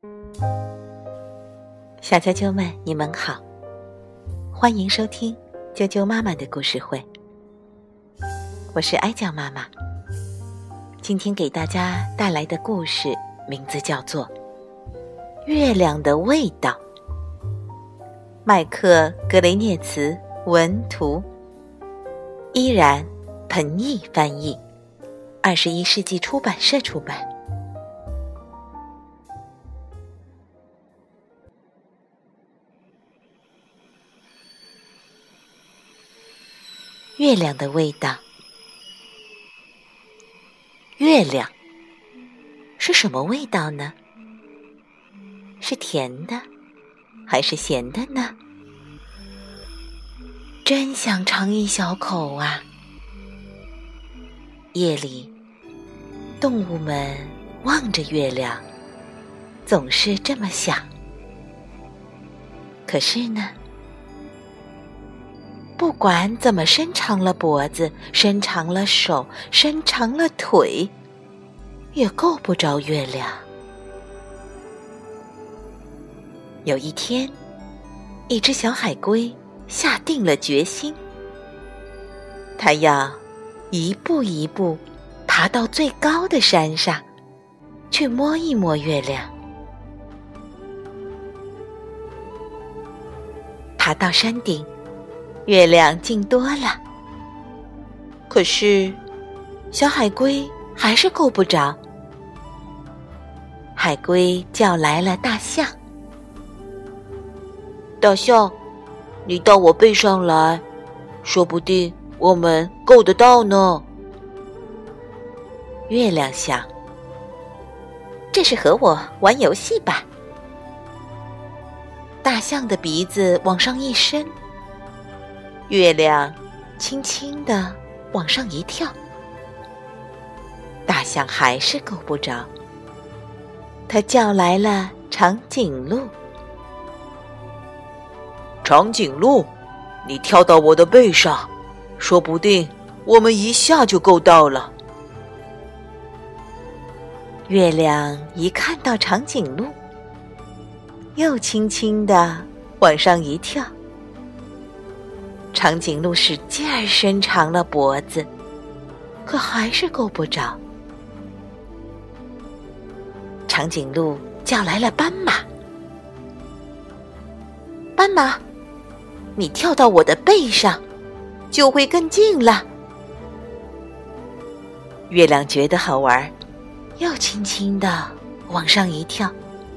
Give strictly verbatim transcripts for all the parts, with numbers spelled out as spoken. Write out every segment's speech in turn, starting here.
小啾啾们，你们好，欢迎收听啾啾妈妈的故事会。我是哀酱妈妈，今天给大家带来的故事名字叫做《月亮的味道》，麦克·格雷涅茨文图，依然彭毅翻译，二十一世纪出版社出版。月亮的味道。月亮是什么味道呢？是甜的还是咸的呢？真想尝一小口啊！夜里，动物们望着月亮，总是这么想。可是呢，不管怎么伸长了脖子，伸长了手，伸长了腿，也够不着月亮。有一天，一只小海龟下定了决心，它要一步一步爬到最高的山上，去摸一摸月亮。爬到山顶，月亮近多了，可是小海龟还是够不着。海龟叫来了大象，大象，你到我背上来，说不定我们够得到呢。月亮想，这是和我玩游戏吧。大象的鼻子往上一伸，月亮轻轻地往上一跳，大象还是够不着。它叫来了长颈鹿，长颈鹿，你跳到我的背上，说不定我们一下就够到了。月亮一看到长颈鹿，又轻轻地往上一跳，长颈鹿使劲儿伸长了脖子，可还是够不着。长颈鹿叫来了斑马，斑马，你跳到我的背上，就会更近了。月亮觉得好玩，又轻轻地往上一跳。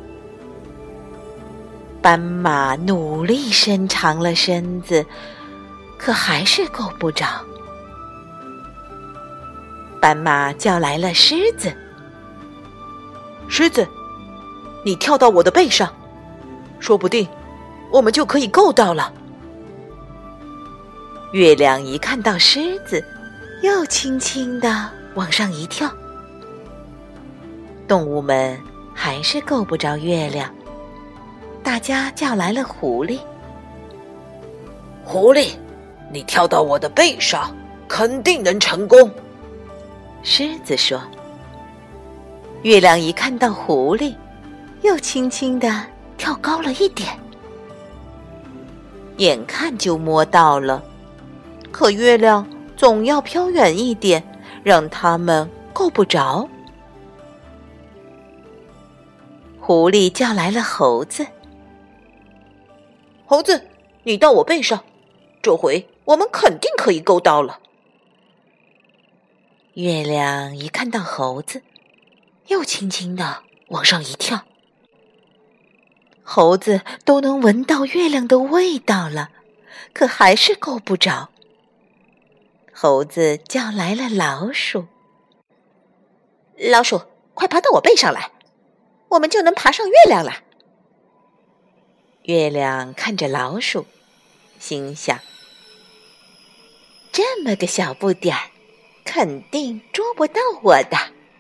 斑马努力伸长了身子，可还是够不着。斑马叫来了狮子，狮子，你跳到我的背上，说不定我们就可以够到了。月亮一看到狮子，又轻轻地往上一跳。动物们还是够不着月亮，大家叫来了狐狸，狐狸，你跳到我的背上，肯定能成功。狮子说。月亮一看到狐狸，又轻轻地跳高了一点，眼看就摸到了，可月亮总要飘远一点，让它们够不着。狐狸叫来了猴子，猴子，你到我背上，这回我们肯定可以够到了。月亮一看到猴子，又轻轻地往上一跳，猴子都能闻到月亮的味道了，可还是够不着。猴子叫来了老鼠，老鼠，快爬到我背上来，我们就能爬上月亮了。月亮看着老鼠，心想，这么个小不点儿，肯定捉不到我的。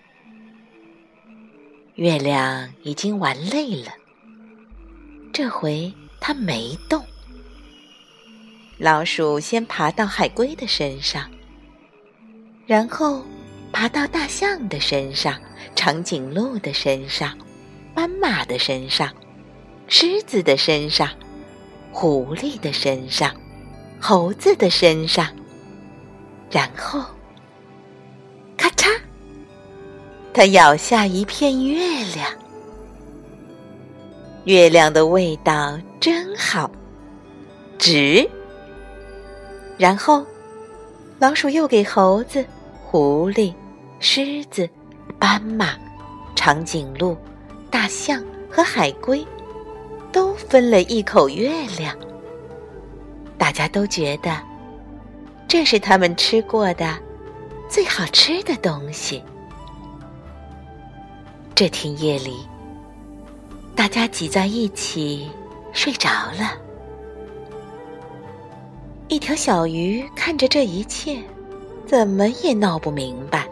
月亮已经玩累了，这回它没动。老鼠先爬到海龟的身上，然后爬到大象的身上，长颈鹿的身上， 斑马的身上，狮子的身上，狐狸的身上，猴子的身上，然后咔嚓，它咬下一片月亮。月亮的味道真好，值。然后老鼠又给猴子、狐狸、狮子、斑马、长颈鹿、大象和海龟都分了一口月亮。大家都觉得这是他们吃过的最好吃的东西。这天夜里，大家挤在一起睡着了。一条小鱼看着这一切，怎么也闹不明白，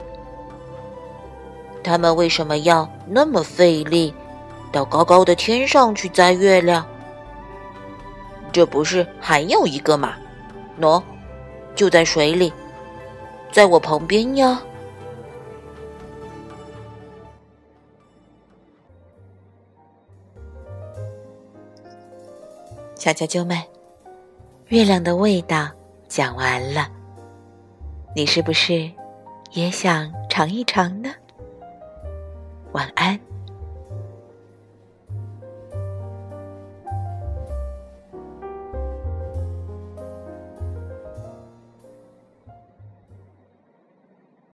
他们为什么要那么费力，到高高的天上去摘月亮？这不是还有一个吗？喏，就在水里，在我旁边呀。小啾啾们，月亮的味道讲完了，你是不是也想尝一尝呢？晚安。